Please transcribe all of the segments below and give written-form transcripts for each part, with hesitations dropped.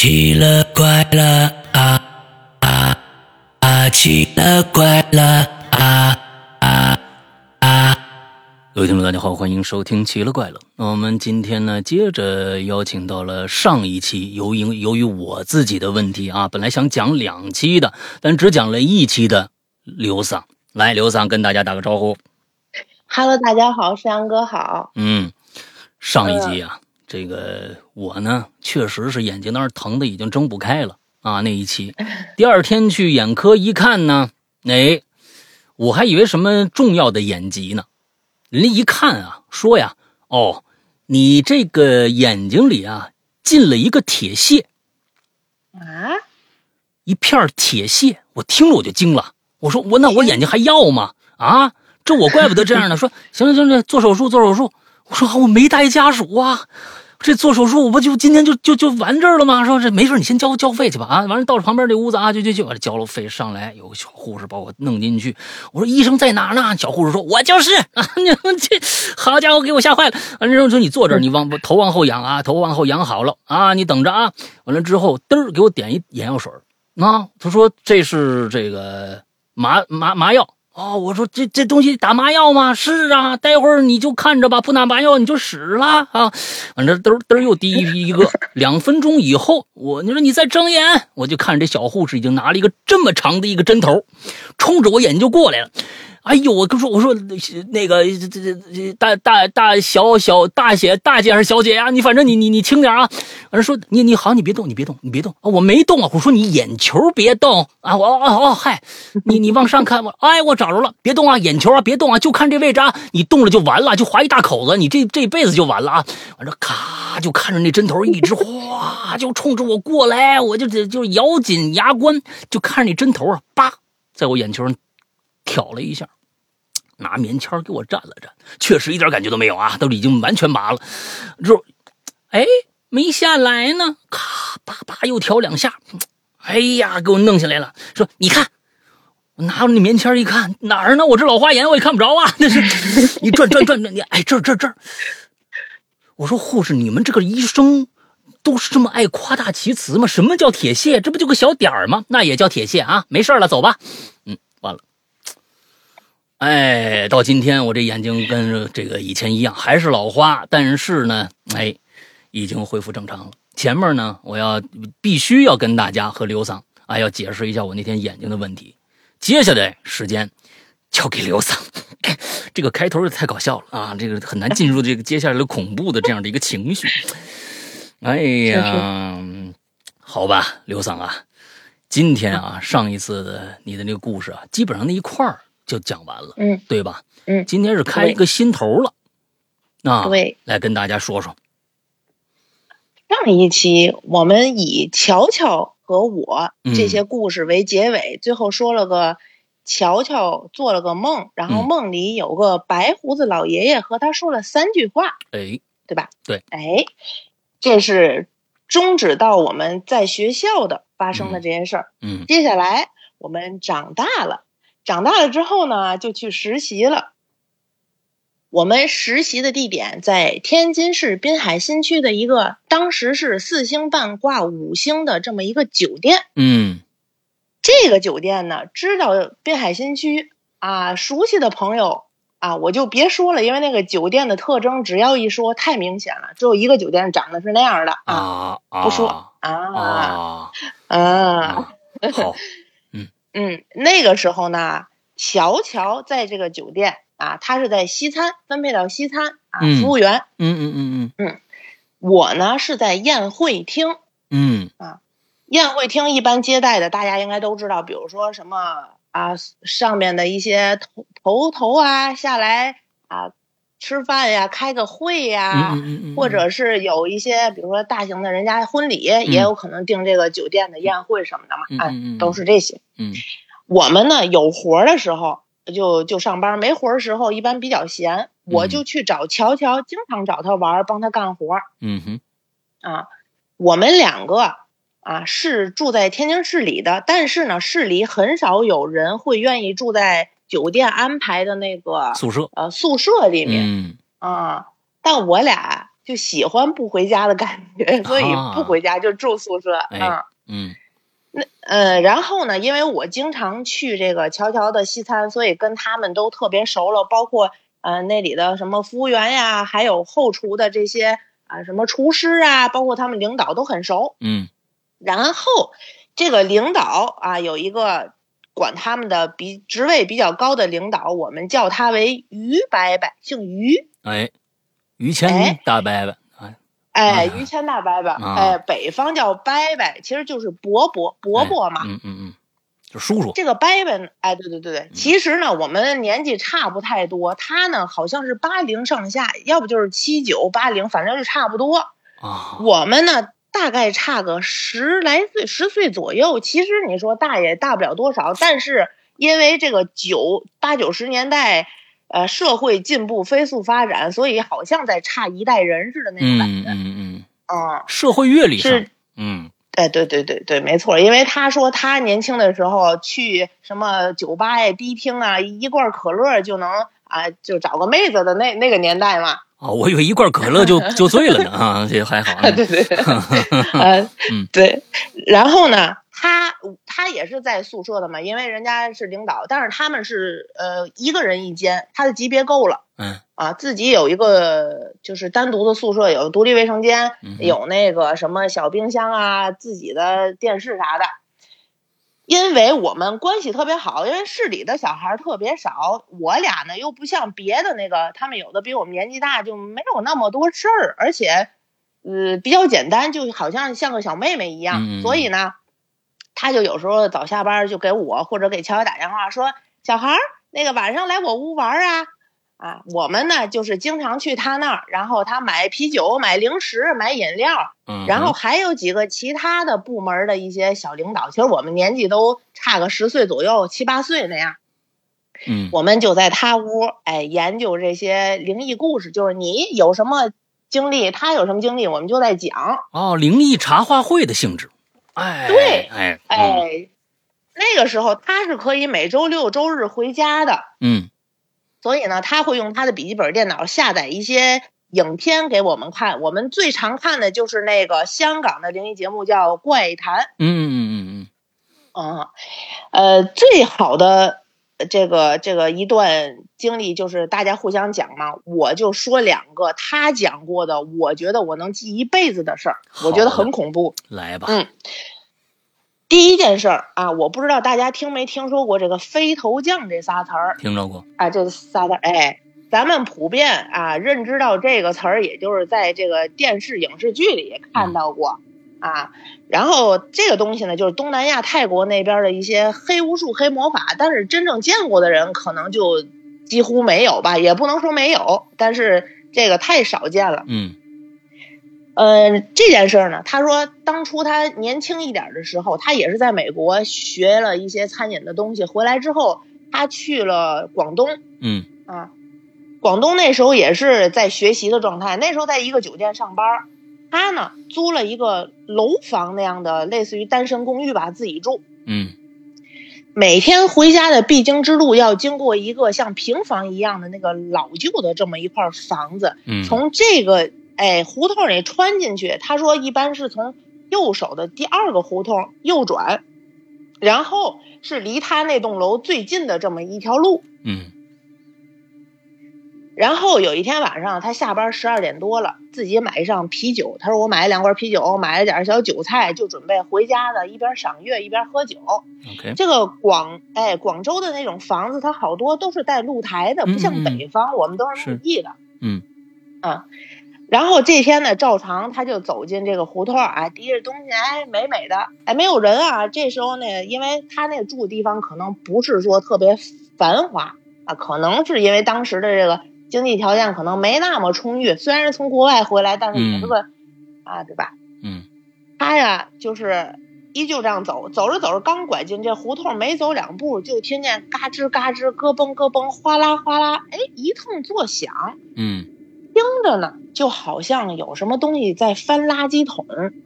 奇了怪了啊啊啊！奇了怪了啊啊啊！各位听众大家好，欢迎收听奇了怪了。那我们今天呢，接着邀请到了上一期，由于我自己的问题啊，本来想讲2期的，但只讲了1期的刘桑。来，刘桑跟大家打个招呼。 Hello， 大家好，山羊哥好。 上一集啊。这个我呢，确实是眼睛那儿疼的已经睁不开了啊！那一期，第二天去眼科一看呢，我还以为什么重要的眼疾呢。人家一看啊，说呀，哦，你这个眼睛里啊进了一个铁屑啊， 一片铁屑。我听了我就惊了，我说那我眼睛还要吗？啊，这我怪不得这样呢。说行，做手术。我说我没带家属啊。这做手术我不就今天就完这儿了吗？说这没事，你先交费去吧啊！完了到旁边这屋子啊，就交了费上来，有个小护士把我弄进去。我说医生在哪呢？小护士说我就是啊，这好家伙给我吓坏了。完了之后说你坐这儿，你头往后仰啊，头往后仰好了啊，你等着啊。完了之后嘚儿给我点一眼药水啊，他说这是这个麻药。哦，我说这东西打麻药吗？是啊，待会儿你就看着吧，不打麻药你就死了啊！反正嘚又滴一个，2分钟以后，你说你再睁眼，我就看这小护士已经拿了一个这么长的一个针头，冲着我眼睛就过来了。哎呦，我说那个大姐还是小姐呀？你反正你轻点啊！完了说你好，你别动啊！我没动啊！我说你眼球别动啊！嗨，你往上看我找着了，别动啊！眼球啊别动啊！就看这位置啊！你动了就完了，就划一大口子，你这辈子就完了啊！完了咔就看着那针头一直哗就冲着我过来，我就咬紧牙关，就看着那针头啊，叭在我眼球上挑了一下，拿棉签给我蘸了蘸，确实一点感觉都没有啊，都已经完全麻了。之后，没下来呢，咔叭又挑2下，哎呀，给我弄下来了。说你看，我拿着那棉签一看，哪儿呢？我这老花眼我也看不着啊。那是你转，你这儿。我说护士，你们这个医生都是这么爱夸大其词吗？什么叫铁屑？这不就个小点儿吗？那也叫铁屑啊？没事了，走吧。完了。到今天我这眼睛跟这个以前一样，还是老花，但是呢，已经恢复正常了。前面呢，我必须要跟大家和刘桑要解释一下我那天眼睛的问题。接下来时间交给刘桑，这个开头太搞笑了啊，这个很难进入这个接下来的恐怖的这样的一个情绪。哎呀，好吧，刘桑啊，今天啊，上一次的你的那个故事啊，基本上那一块儿就讲完了，对吧？今天是开一个新头了， 对， 来跟大家说说。 上一期我们以乔乔和我这些故事为结尾，最后说了个乔乔做了个梦，然后梦里有个白胡子老爷爷和他说了3句话，对吧？ 对， 这是终止到我们在学校的发生的这件事儿。接下来我们长大了之后呢，就去实习了。我们实习的地点在天津市滨海新区的一个当时是4星半挂5星的这么一个酒店。这个酒店呢，知道滨海新区啊，熟悉的朋友啊，我就别说了，因为那个酒店的特征只要一说太明显了，只有一个酒店长得是那样的不说好， 那个时候呢，乔在这个酒店啊，他是在西餐分配到西餐啊，服务员。我呢是在宴会厅。宴会厅一般接待的大家应该都知道，比如说什么啊，上面的一些头啊下来啊吃饭呀，开个会呀，或者是有一些比如说大型的人家婚礼，也有可能订这个酒店的宴会什么的嘛，都是这些。我们呢有活的时候就上班，没活的时候一般比较闲，我就去找乔，经常找他玩，帮他干活。我们2个是住在天津市里的，但是呢市里很少有人会愿意住在酒店安排的那个宿舍里面。但我俩就喜欢不回家的感觉，所以不回家就住宿舍啊。然后呢，因为我经常去这个乔乔的西餐，所以跟他们都特别熟了，包括那里的什么服务员呀，还有后厨的这些什么厨师啊，包括他们领导都很熟。然后这个领导有一个管他们的职位比较高的领导，我们叫他为于伯伯，姓于。 于谦大伯伯。 于谦大伯伯。北方叫伯伯，其实就是伯伯嘛。 就叔叔。 这个伯伯，对，其实呢，我们年纪差不太多，他呢好像是80上下，要不就是79、80，反正就差不多。我们呢大概差个10来岁，10岁左右。其实你说大也大不了多少，但是因为这个80、90年代，社会进步飞速发展，所以好像在差一代人似的那种感觉。 社会阅历上。 对，没错。因为他说他年轻的时候去什么酒吧呀、迪厅啊，一罐可乐就能就找个妹子的那个年代嘛。 我以为一罐可乐就醉了呢这还好。 对。对。然后呢，他也是在宿舍的嘛，因为人家是领导，但是他们是一个人一间，他的级别够了。自己有一个就是单独的宿舍，有独立卫生间，有那个什么小冰箱啊，自己的电视啥的。因为我们关系特别好，因为市里的小孩特别少，我俩呢又不像别的那个，他们有的比我们年纪大，就没有那么多事儿，而且比较简单，就好像个小妹妹一样。所以呢，他就有时候早下班就给我或者给乔乔打电话说，小孩那个晚上来我屋玩我们呢就是经常去他那儿，然后他买啤酒、买零食、买饮料，然后还有几个其他的部门的一些小领导，其实我们年纪都差个10岁左右、7、8岁那样。我们就在他屋研究这些灵异故事，就是你有什么经历，他有什么经历，我们就在讲。 灵异茶话会的性质。 对。那个时候他是可以每周6、周日回家的。所以呢，他会用他的笔记本电脑下载一些影片给我们看。我们最常看的就是那个香港的灵异节目叫《怪谈》。最好的这个一段经历就是大家互相讲嘛，我就说2个他讲过的，我觉得我能记一辈子的事儿，我觉得很恐怖。 来吧。 第一件事儿我不知道大家听没听说过这个飞头降这仨词儿。 听说过这仨词儿。咱们普遍认知到这个词儿，也就是在这个电视影视剧里也看到过然后这个东西呢，就是东南亚泰国那边的一些黑巫术、黑魔法，但是真正见过的人可能就几乎没有吧，也不能说没有，但是这个太少见了。这件事呢，他说当初他年轻一点的时候，他也是在美国学了一些餐饮的东西，回来之后他去了广东。广东那时候也是在学习的状态，那时候在一个酒店上班，他呢租了一个楼房那样的类似于单身公寓吧，自己住。每天回家的必经之路要经过一个像平房一样的那个老旧的这么一块房子。从这个胡同里穿进去，他说一般是从右手的第2个胡同右转，然后是离他那栋楼最近的这么一条路。然后有一天晚上他下班12点多了，自己买上啤酒，他说我买了2罐啤酒，买了点小韭菜，就准备回家的，一边赏月一边喝酒。这个广州的那种房子，它好多都是带露台的，不像北方我们都是木地的。然后这天呢，照常他就走进这个胡同提着东西美美的没有人这时候呢，因为他那个住的地方可能不是说特别繁华可能是因为当时的这个经济条件可能没那么充裕，虽然是从国外回来，但是也是个对吧？他呀就是依旧这样走着走着，刚拐进这胡同，没走2步就听见嘎吱嘎吱、咯嘣咯嘣、哗啦哗啦，一通作响。听着呢，就好像有什么东西在翻垃圾桶。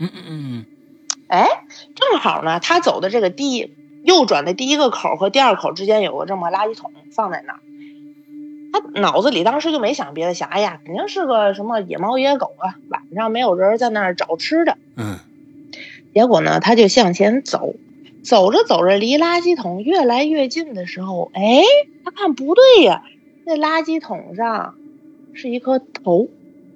正好呢，他走的这个右转的第1个口和第2口之间有个这么垃圾桶放在那儿。 他脑子里当时就没想别的，想哎呀肯定是个什么野猫野狗啊，晚上没有人在那儿找吃的。结果呢他就向前走，走着走着离垃圾桶越来越近的时候，哎，他看不对呀，那垃圾桶上是一颗头，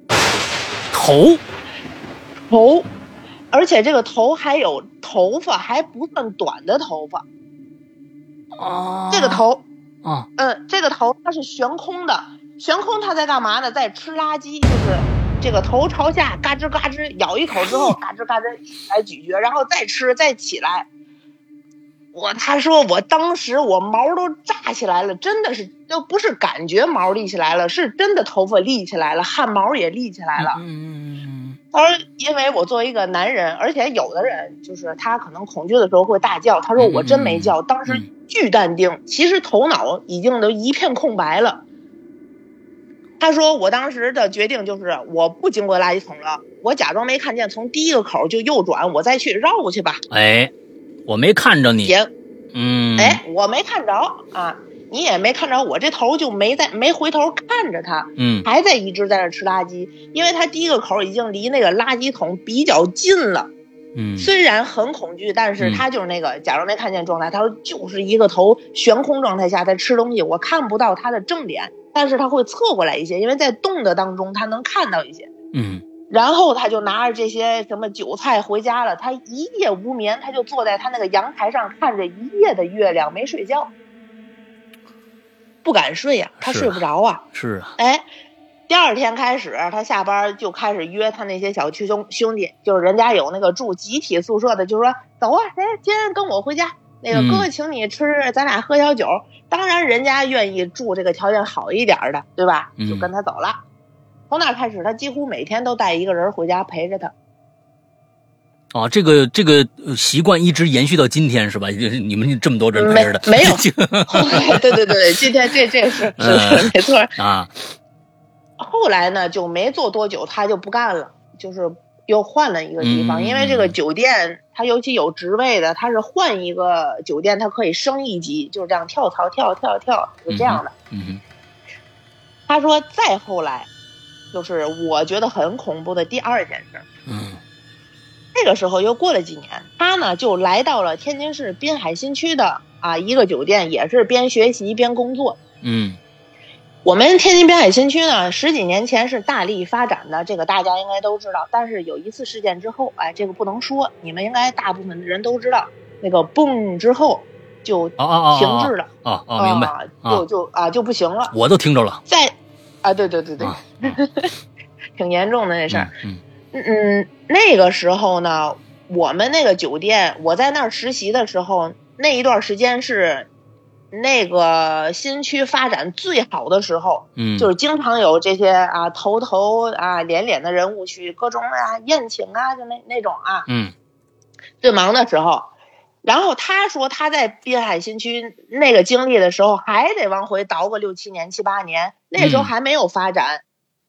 而且这个头还有头发，还不算短的头发。这个头这个头它是悬空的，悬空它在干嘛呢？在吃垃圾，就是这个头朝下嘎吱嘎吱咬一口之后嘎吱嘎吱来咀嚼，然后再吃再起来。他说我当时我毛都炸起来了，真的是就不是感觉毛立起来了，是真的头发立起来了，汗毛也立起来了。他说因为我作为一个男人，而且有的人就是他可能恐惧的时候会大叫，他说我真没叫，当时巨淡定，其实头脑已经都一片空白了。他说我当时的决定就是我不经过垃圾桶了，我假装没看见，从第一个口就右转，我再去绕过去吧。 哎，我没看着你， 我没看着啊，你也没看着，我这头就没回头看着他，还在一直在那吃垃圾，因为他第一个口已经离那个垃圾桶比较近了。虽然很恐惧，但是他就是那个假装没看见状态。他说就是一个头悬空状态下在吃东西，我看不到他的正脸，但是他会侧过来一些，因为在动的当中他能看到一些。然后他就拿着这些什么韭菜回家了，他一夜无眠，他就坐在他那个阳台上看着一夜的月亮，没睡觉，不敢睡呀，他睡不着啊。 是啊。 第二天开始他下班就开始约他那些小兄弟，就是人家有那个住集体宿舍的，就说走啊，今天跟我回家，那个哥哥请你吃，咱俩喝小酒。当然人家愿意住这个条件好一点的，对吧？就跟他走了。从那开始他几乎每天都带一个人回家陪着他。 这个习惯一直延续到今天是吧？你们这么多人陪着的？ 没有。对，今天这是没错啊。 后来呢就没做多久他就不干了，就是又换了一个地方，因为这个酒店他尤其有职位的，他是换一个酒店他可以升一级，就是这样跳槽跳，就这样的。他说再后来就是我觉得很恐怖的第二件事。这个时候又过了几年，他呢就来到了天津市滨海新区的一个酒店，也是边学习边工作。我们天津滨海新区呢10几年前是大力发展的，这个大家应该都知道。但是有一次事件之后，这个不能说，你们应该大部分的人都知道，那个蹦之后就停滞了。 明白。 就不行了。 我都听着了。 对，挺严重的那事儿。那个时候呢，我们那个酒店，我在那儿实习的时候，那一段时间是那个新区发展最好的时候。就是经常有这些头脸的人物去各种宴请就那种最忙的时候。然后他说他在滨海新区那个经历的时候还得往回倒个6、7年、7、8年，那时候还没有发展。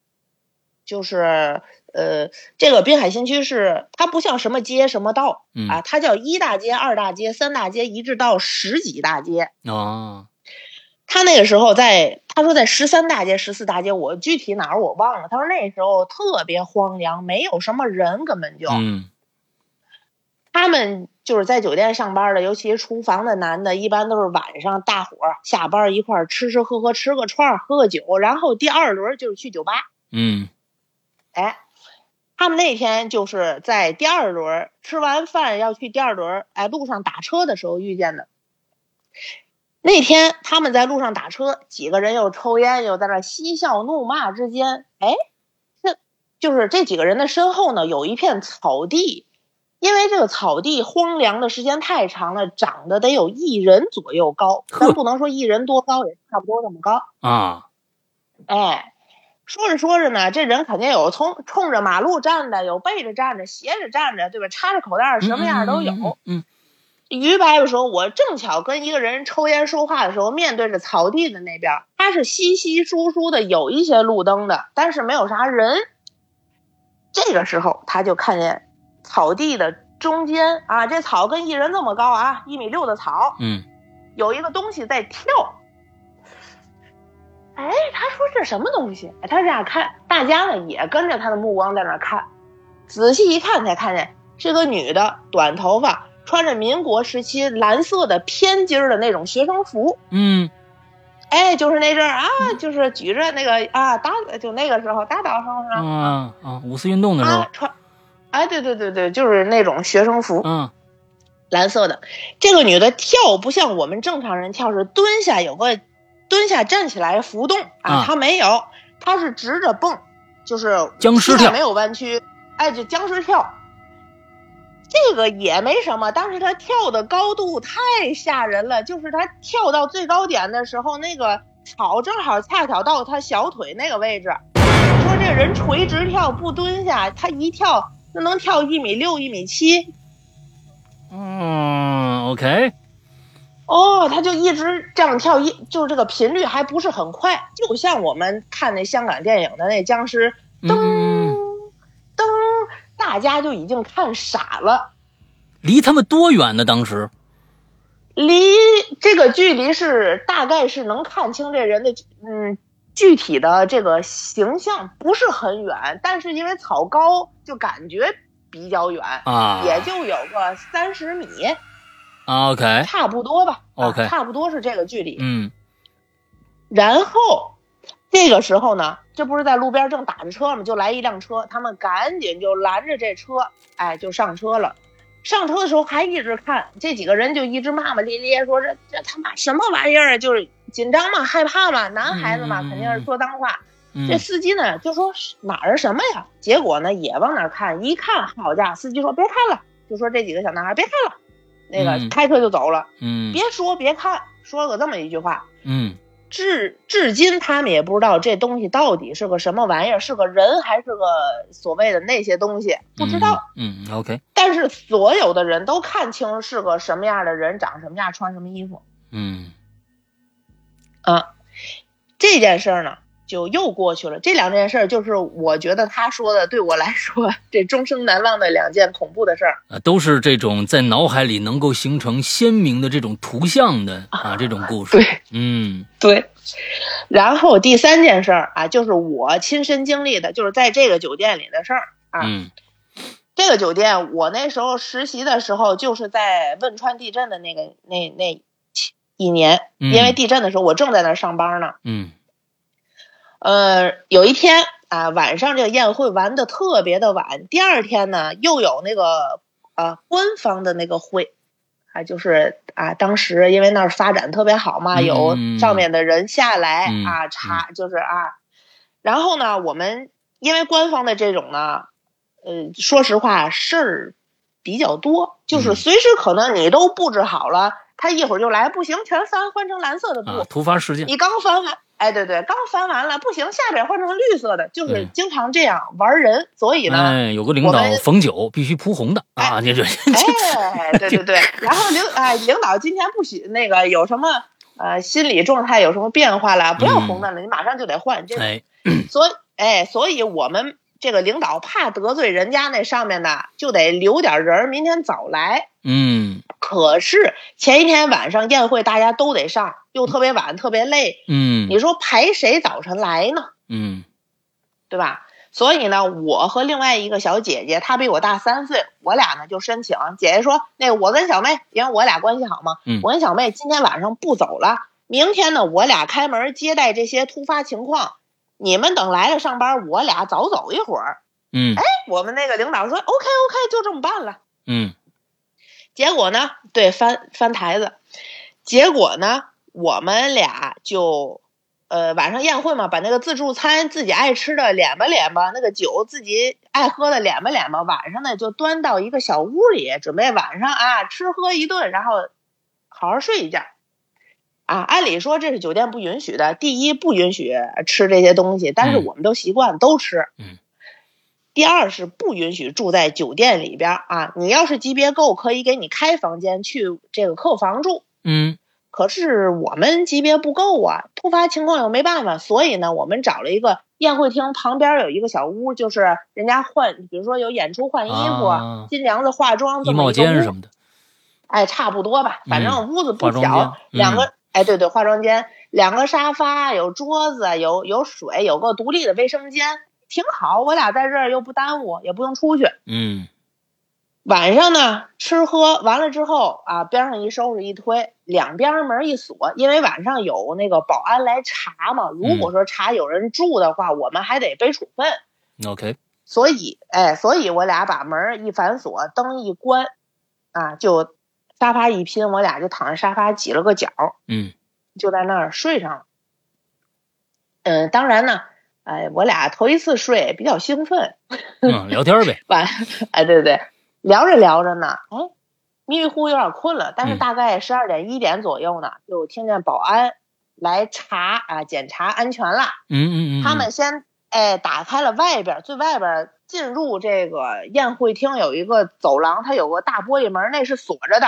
就是这个滨海新区是它不像什么街什么道它叫1大街、2大街、3大街，一直到10几大街。他那个时候他说在13大街、14大街，我具体哪儿我忘了。他说那时候特别荒凉，没有什么人，根本就他们就是在酒店上班的，尤其厨房的男的，一般都是晚上大伙下班一块吃吃喝喝，吃个串喝个酒，然后第二轮就是去酒吧。他们那天就是在第二轮吃完饭要去第二轮路上打车的时候遇见的。那天他们在路上打车，几个人又抽烟又在那嬉笑怒骂之间，就是这几个人的身后呢有一片草地，因为这个草地荒凉的时间太长了，长得得有1人左右高，咱不能说1人多高，也差不多这么高说着说着呢，这人肯定有冲着马路站的，有背着站着，斜着站着，对吧？插着口袋，什么样都有。于白的时候，我正巧跟一个人抽烟说话的时候，面对着草地的那边，他是稀稀疏疏的，有一些路灯的，但是没有啥人。这个时候，他就看见草地的中间这草跟1人这么高1.6米的草，有一个东西在跳。 他说这什么东西？他这样看，大家呢也跟着他的目光在那看，仔细一看才看见是个女的，短头发，穿着民国时期蓝色的偏襟的那种学生服。就是那阵啊，就是举着那个就那个时候大岛上五四运动的时候穿，对，就是那种学生服，蓝色的。这个女的跳不像我们正常人跳，是蹲下站起来浮动她没有，她是直着蹦，就是僵尸跳， 没有弯曲，就僵尸跳。这个也没什么，但是她跳的高度太吓人了，就是她跳到最高点的时候，那个草正好恰巧到她小腿那个位置。你说这人垂直跳不蹲下，她一跳就能跳1.6米、1.7米。 OK。 他就一直这样跳，就是这个频率还不是很快，就像我们看那香港电影的那僵尸，噔噔，大家就已经看傻了。 离他们多远呢？当时离这个距离是大概是能看清这人的具体的这个形象，不是很远，但是因为草高就感觉比较远也就有个30米。 OK， 差不多吧。 OK， 差不多是这个距离。然后这个时候呢，这不是在路边正打着车吗？就来一辆车，他们赶紧就拦着这车，就上车了。上车的时候还一直看，这几个人就一直骂骂咧咧，说这他妈什么玩意儿，就是紧张嘛，害怕嘛，男孩子嘛，肯定是说脏话。这司机呢就说哪儿什么呀？结果呢也往哪儿看，一看，好家伙，司机说别看了，就说这几个小男孩别看了。那个开车就走了。别说别看，说了这么一句话。至今他们也不知道这东西到底是个什么玩意儿，是个人还是个所谓的那些东西，不知道。 OK。 但是所有的人都看清是个什么样的人，长什么样，穿什么衣服。这件事呢就又过去了。这两件事就是我觉得他说的对我来说这终生难忘的2件恐怖的事儿。 都是这种在脑海里能够形成鲜明的这种图像的这种故事。 对，对。然后第3件事儿就是我亲身经历的，就是在这个酒店里的事儿这个酒店我那时候实习的时候就是在汶川地震的那一年，因为地震的时候我正在那儿上班呢。有一天晚上这个宴会玩的特别的晚，第2天呢又有那个官方的那个会就是当时因为那儿发展特别好嘛，有上面的人下来查，就是然后呢我们因为官方的这种呢说实话事儿比较多，就是随时可能你都布置好了，他一会儿就来，不行全换成蓝色的布， 突发事件， 你刚翻完对，刚翻完了，不行，下边换成绿色的，就是经常这样玩人。所以呢， 有个领导逢酒必须铺红的你这对。然后领导今天不许那个有什么心理状态有什么变化了，不要红的了，你马上就得换这个。所以我们这个领导怕得罪人家那上面的，就得留点人，明天早来。可是前一天晚上宴会大家都得上，又特别晚，特别累。你说排谁早晨来呢？对吧？所以呢，我和另外一个小姐姐，她比我大3岁，我俩呢就申请，姐姐说，那我跟小妹，因为我俩关系好嘛，我跟小妹今天晚上不走了，明天呢我俩开门接待这些突发情况，你们等来了上班，我俩早走一会儿。我们那个领导说 OK 就这么办了。结果呢，对，翻台子。结果呢，我们俩就晚上宴会嘛，把那个自助餐自己爱吃的敛吧，那个酒自己爱喝的敛吧，晚上呢就端到一个小屋里，准备晚上吃喝一顿，然后好好睡一觉。按理说这是酒店不允许的，第一不允许吃这些东西，但是我们都习惯都吃。第2是不允许住在酒店里边你要是级别够，可以给你开房间去这个客房住。可是我们级别不够突发情况又没办法，所以呢，我们找了一个宴会厅旁边有一个小屋，就是人家换，比如说有演出换衣服，新娘子化妆， 衣帽间什么的。 差不多吧，反正屋子不小，2个对，化妆间 2个沙发，有桌子，有水，有个独立的卫生间，挺好。我俩在这儿又不耽误，也不用出去。晚上呢，吃喝完了之后啊，边上一收拾一推，两边门一锁，因为晚上有那个保安来查嘛。如果说查有人住的话，我们还得背处分。 OK。 所以我俩把门一反锁，灯一关，啊，就沙发一拼，我俩就躺在沙发挤了个脚，就在那儿睡上了。当然呢，我俩头一次睡比较兴奋， 聊天呗。 对，聊着聊着呢，迷迷糊有点困了，但是大概12点1点左右呢，就听见保安来检查安全了。他们先打开了最外边进入这个宴会厅有一个走廊，它有个大玻璃门，那是锁着的。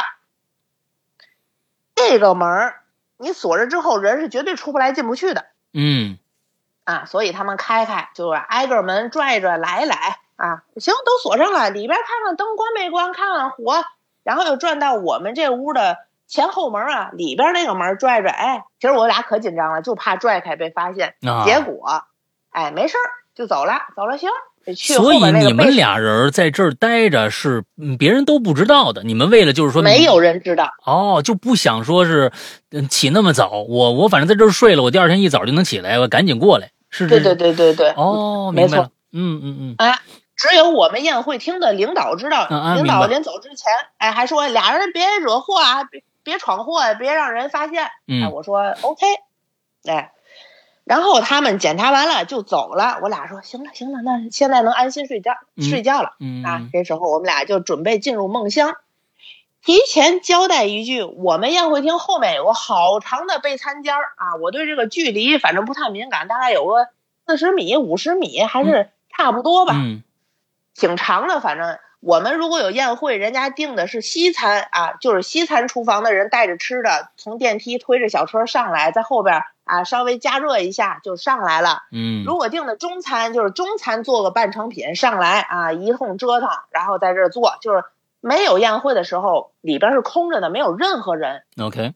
这个门你锁着之后，人是绝对出不来进不去的。所以他们开就是挨个门拽来啊，行，都锁上了，里边看看灯关没关，看看火，然后又转到我们这屋的前后门啊，里边那个门拽，其实我俩可紧张了，就怕拽开被发现。结果没事就走了行。 所以你们俩人在这儿待着是别人都不知道的，你们为了就是说没有人知道就不想说是起那么早，我反正在这儿睡了，我第二天一早就能起来，我赶紧过来，是这。 对明白了。 只有我们宴会厅的领导知道。领导临走之前还说俩人别惹祸啊，别闯祸啊，别让人发现。我说 OK。然后他们检查完了就走了，我俩说行了，那现在能安心睡觉了。这时候我们俩就准备进入梦乡。提前交代一句，我们宴会厅后面有个好长的备餐间我对这个距离反正不太敏感，大概有个40米50米还是差不多吧。挺长的。反正我们如果有宴会，人家订的是西餐就是西餐厨房的人带着吃的，从电梯推着小车上来，在后边稍微加热一下就上来了。如果订的中餐，就是中餐做个半成品上来一通折腾，然后在这做，就是没有宴会的时候里边是空着的，没有任何人。 OK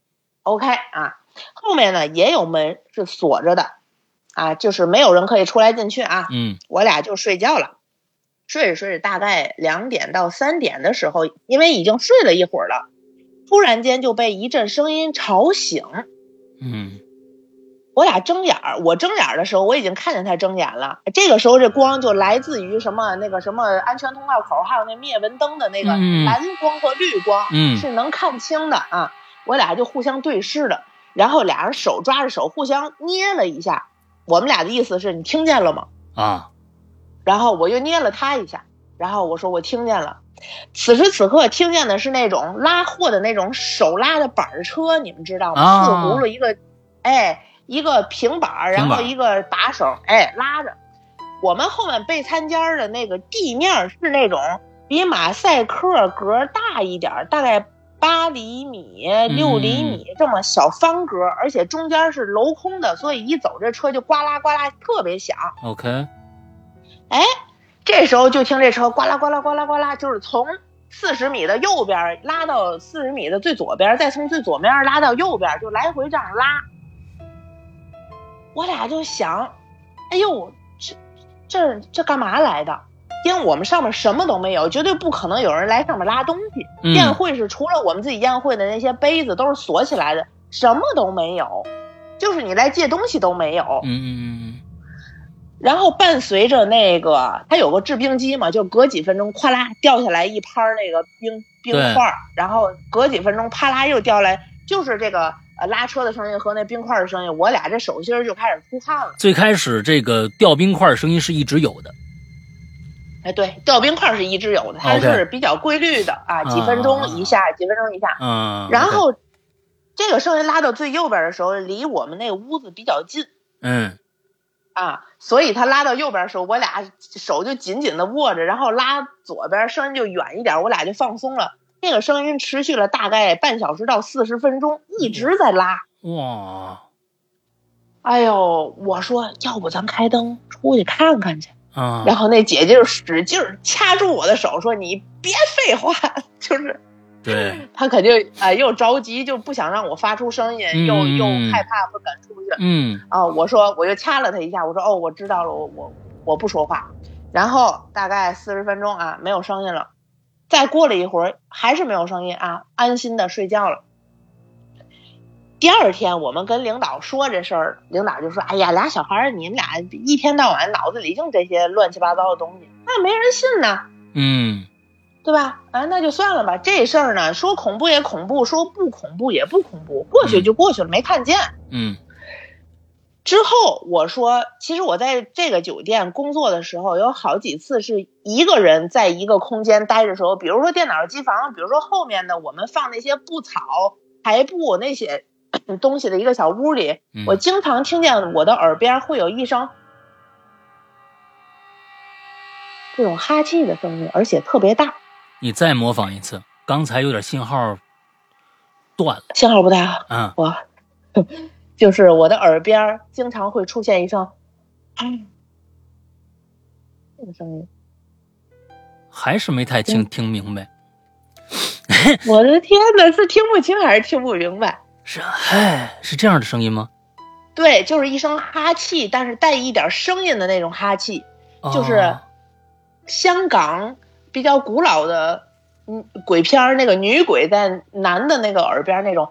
后面呢也有门是锁着的就是没有人可以出来进去我俩就睡觉了。睡着大概2点到3点的时候，因为已经睡了一会儿了，突然间就被一阵声音吵醒。我俩睁眼，我睁眼的时候我已经看见他睁眼了。这个时候这光就来自于什么安全通道口，还有那灭蚊灯的那个蓝光和绿光，是能看清的我俩就互相对视了，然后俩人手抓着手互相捏了一下。我们俩的意思是你听见了吗？然后我又捏了他一下，然后我说我听见了。此时此刻听见的是那种拉货的那种手拉的板车，你们知道吗？四轱辘一个平板，然后一个把手拉着。我们后面备餐间的那个地面是那种比马赛克格大一点，大概8厘米6厘米这么小方格，而且中间是镂空的，所以一走这车就呱啦呱啦特别响。 OK。 这时候就听这车呱啦呱啦呱啦呱啦，就是从40米的右边拉到40米的最左边，再从最左边拉到右边，就来回这样拉。我俩就想，哎呦，这干嘛来的？因为我们上面什么都没有，绝对不可能有人来上面拉东西。宴会是除了我们自己宴会的那些杯子都是锁起来的，什么都没有，就是你来借东西都没有。然后伴随着那个它有个制冰机嘛，就隔几分钟哗啦掉下来一拍那个冰块，然后隔几分钟啪啦又掉下来，就是这个拉车的声音和那冰块的声音，我俩这手心就开始出汗了。 最开始这个掉冰块的声音是一直有的。 对，掉冰块是一直有的，它是比较规律的几分钟一下几分钟一下。然后这个声音拉到最右边的时候，离我们那个屋子比较近。所以他拉到右边的时候，我俩手就紧紧的握着，然后拉左边声音就远一点，我俩就放松了。那个声音持续了大概半小时到40分钟，一直在拉。 哇！ 哎呦，我说要不咱开灯出去看看去。然后那姐姐就使劲掐住我的手说：“你别废话，就是对， 他肯定又着急，就不想让我发出声音，又害怕不敢出去。我说我就掐了他一下，我说我知道了，我不说话。然后大概40分钟没有声音了，再过了一会儿还是没有声音安心的睡觉了。第二天我们跟领导说这事儿，领导就说：“哎呀，俩小孩你们俩一天到晚脑子里净这些乱七八糟的东西，那没人信呢。”对吧？那就算了吧。这事儿呢，说恐怖也恐怖，说不恐怖也不恐怖，过去就过去了，没看见。之后我说，其实我在这个酒店工作的时候，有好几次是一个人在一个空间待着的时候，比如说电脑机房，比如说后面的我们放那些布草、台布那些东西的一个小屋里，我经常听见我的耳边会有一声这种哈气的声音，而且特别大。 你再模仿一次，刚才有点信号断了， 信号不太好。就是我的耳边经常会出现一声这个声音，还是没太听明白。 我的天哪，是听不清还是听不明白？ 是这样的声音吗？ 对，就是一声哈气，但是带一点声音的那种哈气，就是香港比较古老的鬼片，那个女鬼在男的那个耳边那种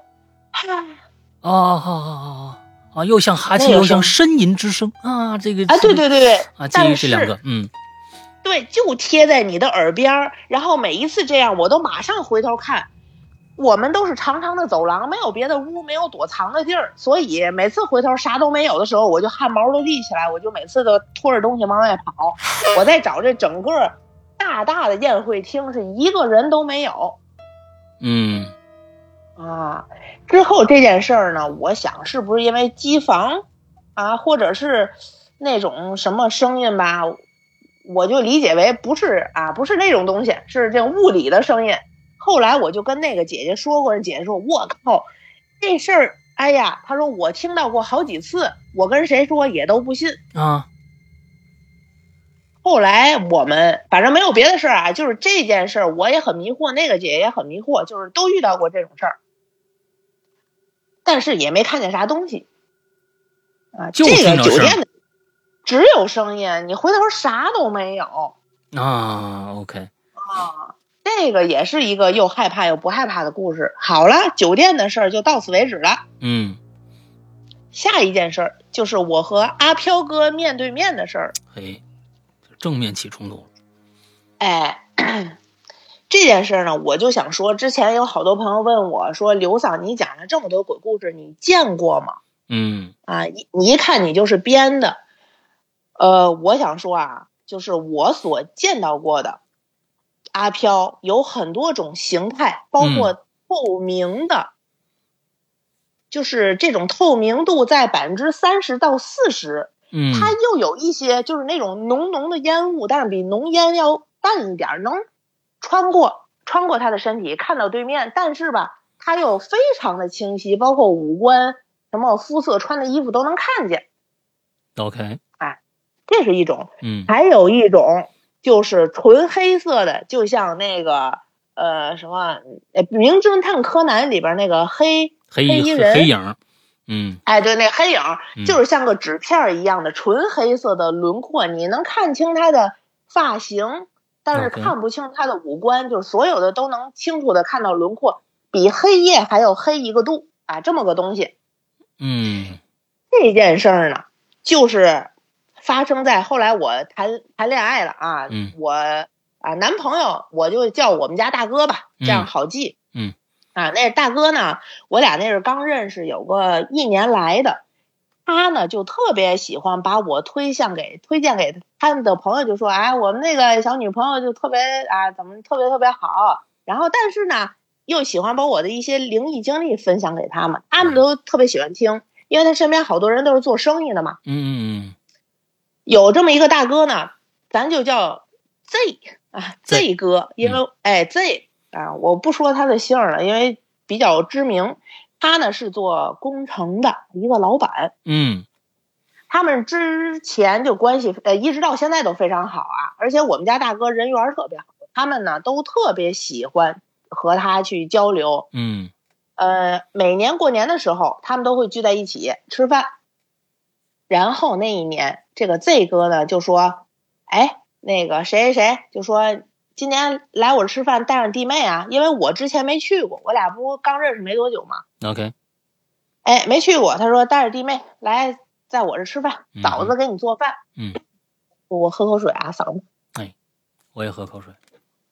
又像哈气又像呻吟之声这个对介于这两个对，就贴在你的耳边，然后每一次这样我都马上回头看。我们都是长长的走廊，没有别的屋，没有躲藏的地儿，所以每次回头啥都没有的时候，我就汗毛都立起来，我就每次都拖着东西往外跑。我在找这整个大大的宴会厅，是一个人都没有。之后这件事儿呢，我想是不是因为机房或者是那种什么声音吧，我就理解为不是那种东西，是这种物理的声音。后来我就跟那个姐姐说过，姐姐说我靠，这事儿她说我听到过好几次，我跟谁说也都不信后来我们反正没有别的事儿就是这件事儿我也很迷惑，那个姐姐也很迷惑，就是都遇到过这种事儿，但是也没看见啥东西就这个酒店的只有声音，你回头啥都没有 OK 这个也是一个又害怕又不害怕的故事。好了，酒店的事儿就到此为止了。下一件事儿就是我和阿飘哥面对面的事儿。 正面起冲突。 这件事儿呢，我就想说，之前有好多朋友问我说，刘嫂，你讲了这么多鬼故事，你见过吗？你一看你就是编的。我想说就是我所见到过的阿飘有很多种形态，包括透明的，就是这种透明度在30%到40%。它又有一些就是那种浓浓的烟雾，但是比浓烟要淡一点，能穿过他的身体看到对面，但是吧它又非常的清晰，包括五官什么肤色穿的衣服都能看见。 OK 这是一种。还有一种就是纯黑色的，就像那个什么名侦探柯南里边那个黑衣人黑影。 对，那黑影就是像个纸片一样的纯黑色的轮廓，你能看清他的发型，但是看不清他的五官，就是所有的都能清楚的看到轮廓，比黑夜还要黑一个度这么个东西。这件事儿呢，就是发生在后来我谈恋爱了我男朋友我就叫我们家大哥吧，这样好记。那大哥呢，我俩那是刚认识有个1年来的，他呢就特别喜欢把我推荐给他们的朋友，就说我们那个小女朋友就特别怎么特别特别好，然后但是呢又喜欢把我的一些灵异经历分享给他们都特别喜欢听，因为他身边好多人都是做生意的嘛。有这么一个大哥呢，咱就叫 Z 哥，因为Z我不说他的姓了，因为比较知名。他呢是做工程的一个老板。他们之前就关系一直到现在都非常好而且我们家大哥人缘特别好，他们呢都特别喜欢和他去交流。每年过年的时候，他们都会聚在一起吃饭。然后那一年，这个 Z 哥呢就说：“哎，那个谁谁谁就说今年来我这吃饭带上弟妹啊，因为我之前没去过，我俩不刚认识没多久嘛。 OK， 哎，没去过，他说带着弟妹来在我这吃饭，嫂子给你做饭。我喝口水啊，嫂子。 哎，我也喝口水。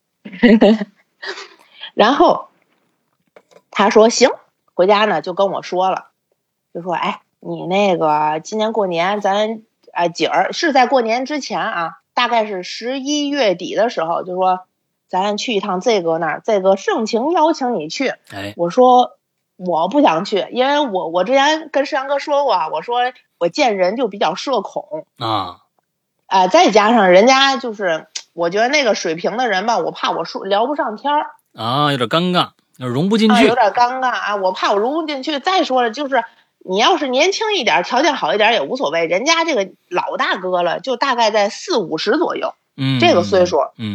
然后他说行，回家呢就跟我说了，就说哎，你那个今年过年咱姐儿是在过年之前啊，大概是11月底的时候，就说咱去一趟这哥那儿，这个盛情邀请你去。我说我不想去，因为我之前跟世阳哥说过，我说我见人就比较社恐再加上人家就是我觉得那个水平的人吧，我怕我聊不上天儿有点尴尬，融不进去， 有点尴尬啊，我怕我融不进去。再说了，就是你要是年轻一点，条件好一点也无所谓，人家这个老大哥了，就大概在40、50左右，这个岁数。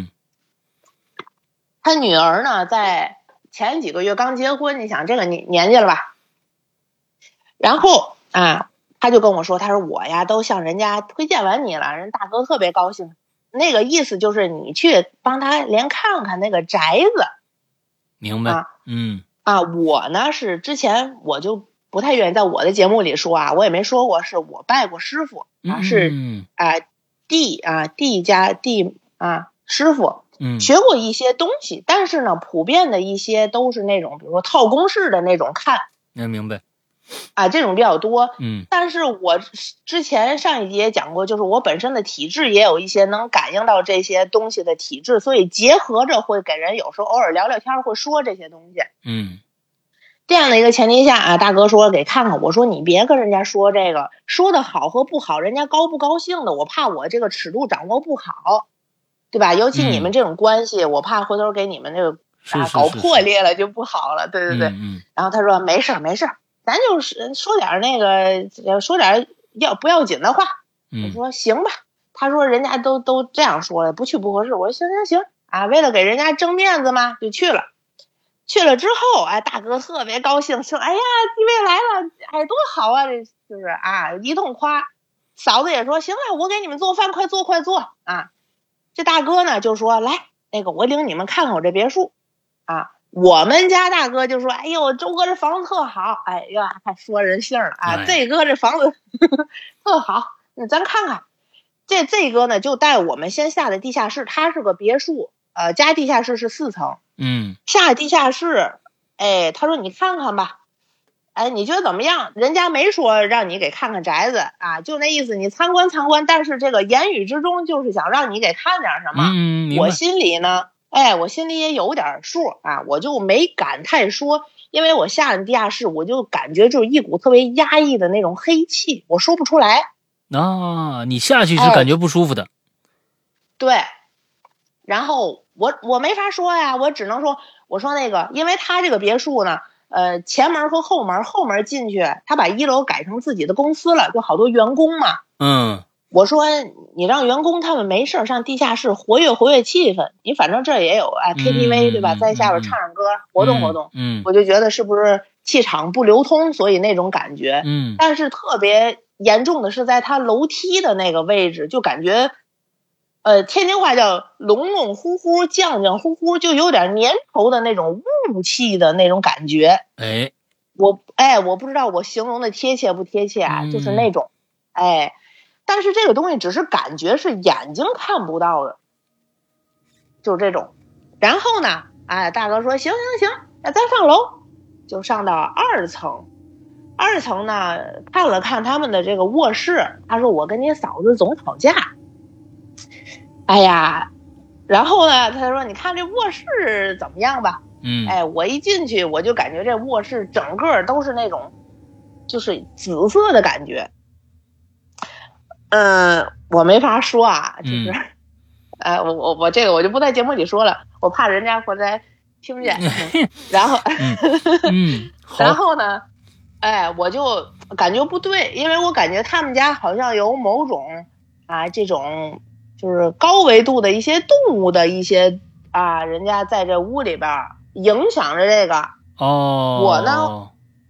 他女儿呢，在前几个月刚结婚，你想这个年纪了吧？然后他就跟我说，他说我呀都向人家推荐完你了，人大哥特别高兴。那个意思就是你去帮他连看看那个宅子。 明白。 我呢是之前我就不太愿意在我的节目里说我也没说过是我拜过师傅是弟家弟师傅学过一些东西，但是呢普遍的一些都是那种比如说套公式的那种看。 明白。 这种比较多。但是我之前上一集也讲过，就是我本身的体质也有一些能感应到这些东西的体质，所以结合着会给人有时候偶尔聊聊天会说这些东西。这样的一个前提下大哥说给看看，我说你别跟人家说这个，说的好和不好，人家高不高兴的，我怕我这个尺度掌握不好，对吧？尤其你们这种关系，我怕回头给你们这个搞破裂了就不好了。对。然后他说没事没事，咱就是说点那个说点不要紧的话。我说行吧。他说人家都这样说了，不去不合适。我说行为了给人家争面子嘛，就去了。去了之后大哥特别高兴，说哎呀弟妹来了，多好啊，这就是一通夸。嫂子也说行了，我给你们做饭，快坐这大哥呢就说来，那个我领你们看看我这别墅我们家大哥就说哎呦周哥这房子特好，哎呀还说人姓了这哥这房子特好，那咱看看。这哥呢就带我们先下的地下室，他是个别墅加地下室是4层。下地下室他说你看看吧，你觉得怎么样？人家没说让你给看看宅子就那意思，你参观参观，但是这个言语之中就是想让你给看点什么。我心里呢我心里也有点数我就没敢太说，因为我下了地下室，我就感觉就是一股特别压抑的那种黑气，我说不出来。 你下去是感觉不舒服的。 对。然后我没法说呀，我只能说，我说那个，因为他这个别墅呢，前门和后门进去，他把1楼改成自己的公司了，就好多员工嘛。我说你让员工他们没事上地下室活跃气氛，你反正这也有KTV 对吧，在下边唱唱歌活动活动。我就觉得是不是气场不流通，所以那种感觉。但是特别严重的是在他楼梯的那个位置，就感觉天津话叫龙龙乎乎浆浆乎乎，就有点粘稠的那种雾气的那种感觉。我不知道我形容的贴切不贴切就是那种但是这个东西只是感觉，是眼睛看不到的，就是这种。然后呢大哥说行，咱上楼，就上到2层。2层呢看了看他们的这个卧室，他说我跟你嫂子总吵架。然后呢他说你看这卧室怎么样吧。我一进去我就感觉这卧室整个都是那种就是紫色的感觉。我没法说就是我这个我就不在节目里说了，我怕人家回来听见。然后然后呢我就感觉不对，因为我感觉他们家好像有某种这种就是高维度的一些动物的一些人家在这屋里边影响着这个。我呢，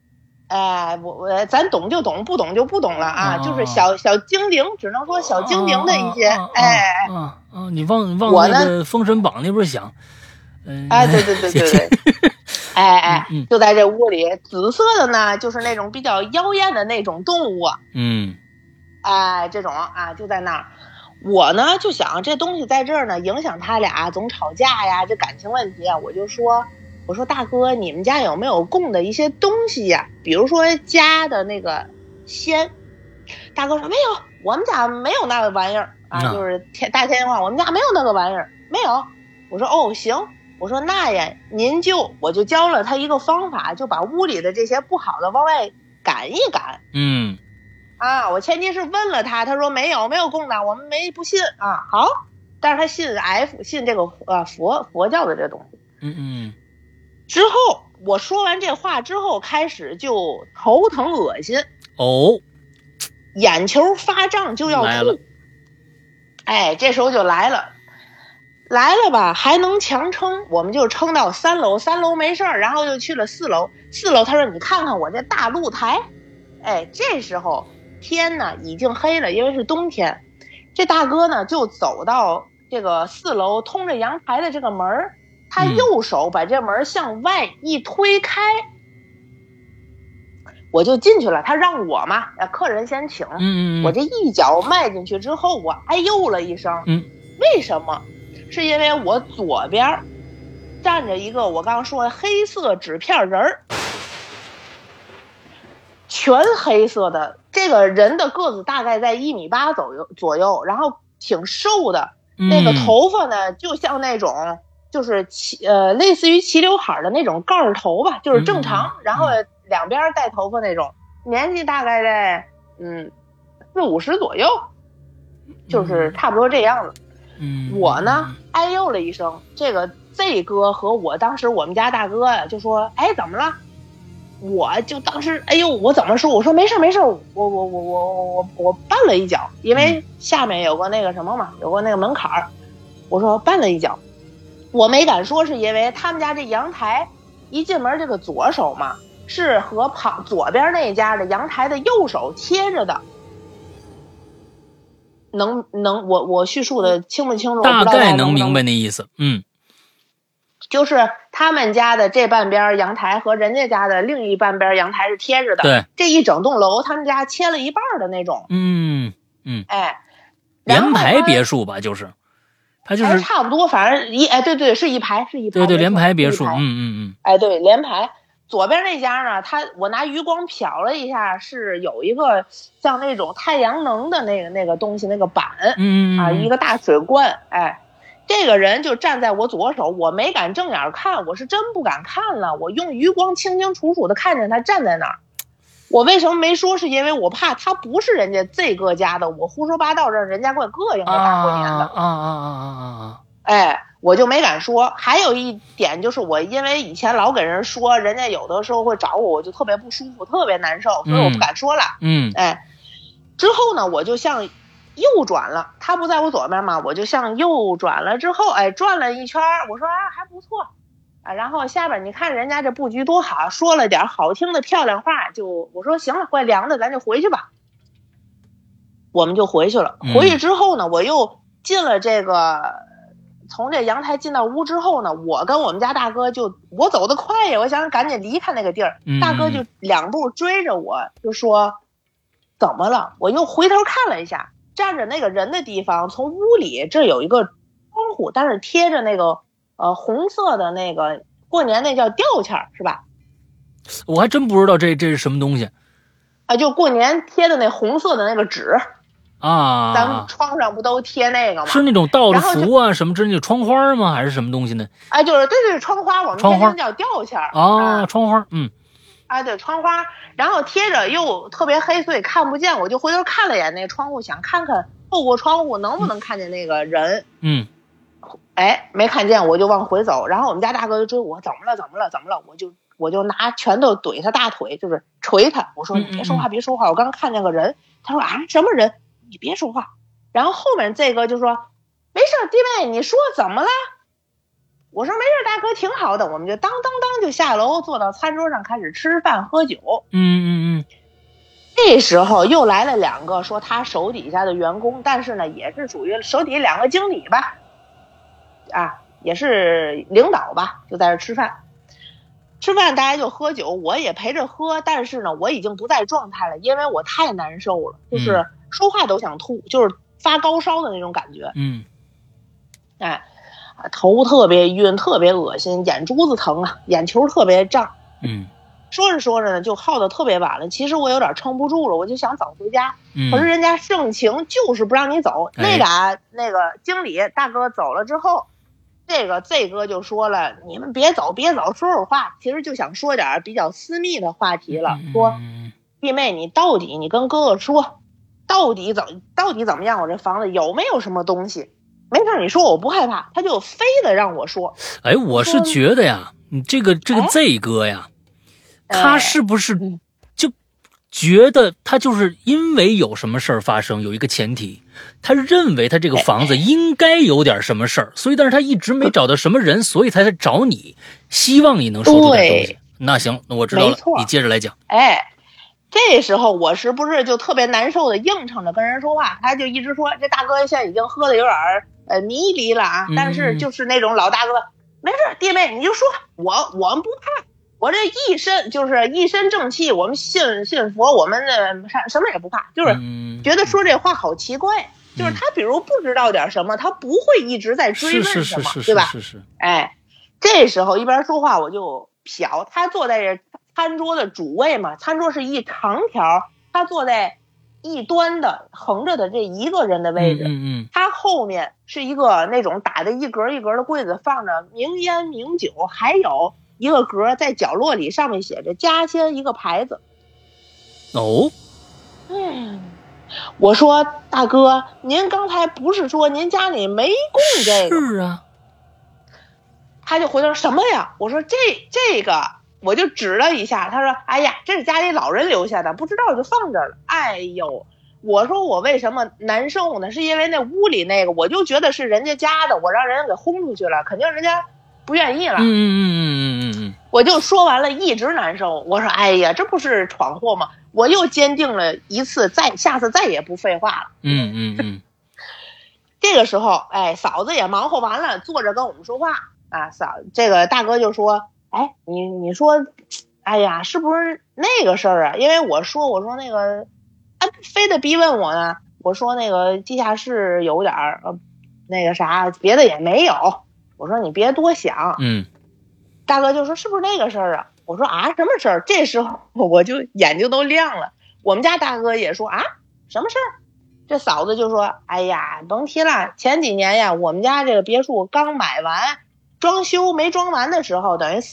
咱懂就懂，不懂就不懂了啊，就是小精灵，只能说小精灵的一些， 你往那个《封神榜》那边想， 对，就在这屋里，紫色的呢，就是那种比较妖艳的那种动物，这种就在那儿。我呢就想这东西在这儿呢，影响他俩总吵架呀，这感情问题啊，我说大哥，你们家有没有供的一些东西呀？比如说家的那个仙。大哥说没有，我们家没有那个玩意儿就是大天话，我们家没有那个玩意儿，没有。我说哦行，我说那呀，我就教了他一个方法，就把屋里的这些不好的往外赶一赶。我前提是问了他说没有供的，我们不信啊。好，但是他信这个佛教的这东西。之后我说完这话之后，开始就头疼恶心眼球发胀就要吐。这时候就来了吧，还能强撑，我们就撑到3楼，3楼没事儿，然后就去了4楼。4楼他说你看看我这大露台。这时候天呢已经黑了，因为是冬天。这大哥呢就走到这个4楼通着阳台的这个门，他右手把这门向外一推开，我就进去了。他让我嘛，客人先请。我这一脚迈进去之后，我哎呦了一声。为什么？是因为我左边站着一个我刚刚说的黑色纸片人，全黑色的。这个人的个子大概在1.8米左右，然后挺瘦的。那个头发呢，就像那种就是类似于齐刘海的那种盖头吧，就是正常，然后两边带头发那种。年纪大概在40-50左右，就是差不多这样子。我呢哎呦了一声，这个 Z 哥和我当时我们家大哥就说怎么了？我就当时哎呦，我怎么说？我说没事，我绊了一脚，因为下面有个那个什么嘛，有个那个门槛，我说绊了一脚。我没敢说，是因为他们家这阳台一进门这个左手嘛，是和左边那家的阳台的右手贴着的。我叙述的清不清楚？ 大概能明白那意思。 就是他们家的这半边阳台和人家家的另一半边阳台是贴着的。 对， 这一整栋楼他们家切了一半的那种。 联排别墅吧，就是它就是差不多，反正对是一排， 对联排别墅。 对联排。左边那家呢，我拿余光瞟了一下，是有一个像那种太阳能的那个东西，那个板。一个大水罐。这个人就站在我左手，我没敢正眼看，我是真不敢看了。我用余光清清楚楚的看见他站在那儿。我为什么没说？是因为我怕他不是人家 Z 哥家的，我胡说八道让人家给我膈应了大过年的。我就没敢说。还有一点就是我因为以前老给人说，人家有的时候会找我，我就特别不舒服，特别难受，所以我不敢说了。之后呢，我就向右转了，他不在我左边嘛，我就向右转了之后，转了一圈，我说还不错然后下边你看人家这布局多好，说了点好听的漂亮话，我说行了，怪凉的，咱就回去吧。我们就回去了。回去之后呢，我又进了这个，从这阳台进到屋之后呢，我跟我们家大哥我走得快呀，我想赶紧离开那个地儿。大哥就2步追着我，就说怎么了？我又回头看了一下，站着那个人的地方，从屋里这有一个窗户，但是贴着那个红色的那个过年那叫吊签是吧？ 我还真不知道这是什么东西就过年贴的那红色的那个纸咱们窗上不都贴那个吗？ 是那种道着符啊什么之类的窗花吗？还是什么东西呢？ 就是对窗花，我们天津叫吊签窗花。 对窗花，然后贴着又特别黑，所以看不见。我就回头看了一眼那个窗户，想看看透过窗户能不能看见那个人。没看见，我就往回走。然后我们家大哥就追我，怎么了？我就拿拳头怼他大腿，就是捶他。我说你别说话，我刚看见个人。他说什么人？你别说话。然后后面这个就说没事，弟妹，你说怎么了？ 我说没事，大哥挺好的，我们就当就下楼，坐到餐桌上开始吃饭喝酒。这时候又来了2个说他手底下的员工，但是呢也是属于手底下2个经理吧，啊，也是领导吧，就在这吃饭。吃饭大家就喝酒，我也陪着喝，但是呢我已经不在状态了，因为我太难受了，就是说话都想吐，就是发高烧的那种感觉。哎，头特别晕，特别恶心，眼珠子疼啊，眼球特别胀。说着说着呢，就耗得特别晚了。其实我有点撑不住了，我就想早回家。可是人家盛情就是不让你走。那个经理大哥走了之后，这个 Z 哥就说了：“你们别走，说会话。”其实就想说点比较私密的话题了，说弟妹，你到底你跟哥哥说，到底怎么样？我这房子有没有什么东西？没事，你说我不害怕。他就非得让我说。 哎，我是觉得呀，你这个 Z 哥呀。他是不是就觉得他就是因为有什么事儿发生，有一个前提，他认为他这个房子应该有点什么事儿，所以但是他一直没找到什么人，所以才找你，希望你能说出点东西。那行，那我知道了，你接着来讲。 这时候我是不是就特别难受的应承着跟人说话？他就一直说这大哥现在已经喝的有点迷离了啊，但是就是那种老大哥，没事，弟妹你就说，我们不怕。我这一身正气，我们信佛，我们什么也不怕，就是觉得说这话好奇怪。就是他比如不知道点什么，他不会一直在追问什么，对吧？这时候一边说话我就瞟，他坐在这餐桌的主位嘛，餐桌是一长条，他坐在一端的横着的这一个人的位置，他后面是一个那种打的一格一格的柜子，放着名烟名酒，还有一个格在角落里，上面写着家仙一个牌子。我说大哥，您刚才不是说您家里没供这个？ 是啊。 他就回头什么呀？我说这个，我就指了一下，他说哎呀，这是家里老人留下的，不知道就放这儿了。哎呦，我说我为什么难受呢？是因为那屋里那个，我就觉得是人家家的，我让人给轰出去了，肯定人家不愿意了。我就说完了，一直难受。我说哎呀，这不是闯祸吗？我又坚定了一次，下次再也不废话了。这个时候嫂子也忙活完了，坐着跟我们说话啊。这个大哥就说，你说哎呀，是不是那个事儿啊？因为我说那个非得逼问我呢。我说那个地下室有点那个啥，别的也没有。我说你别多想。大哥就说是不是那个事儿啊？我说啊，什么事儿？这时候我就眼睛都亮了。我们家大哥也说啊，什么事儿？这嫂子就说，哎呀，甭提了，前几年呀，我们家这个别墅刚买完，装修没装完的时候，等于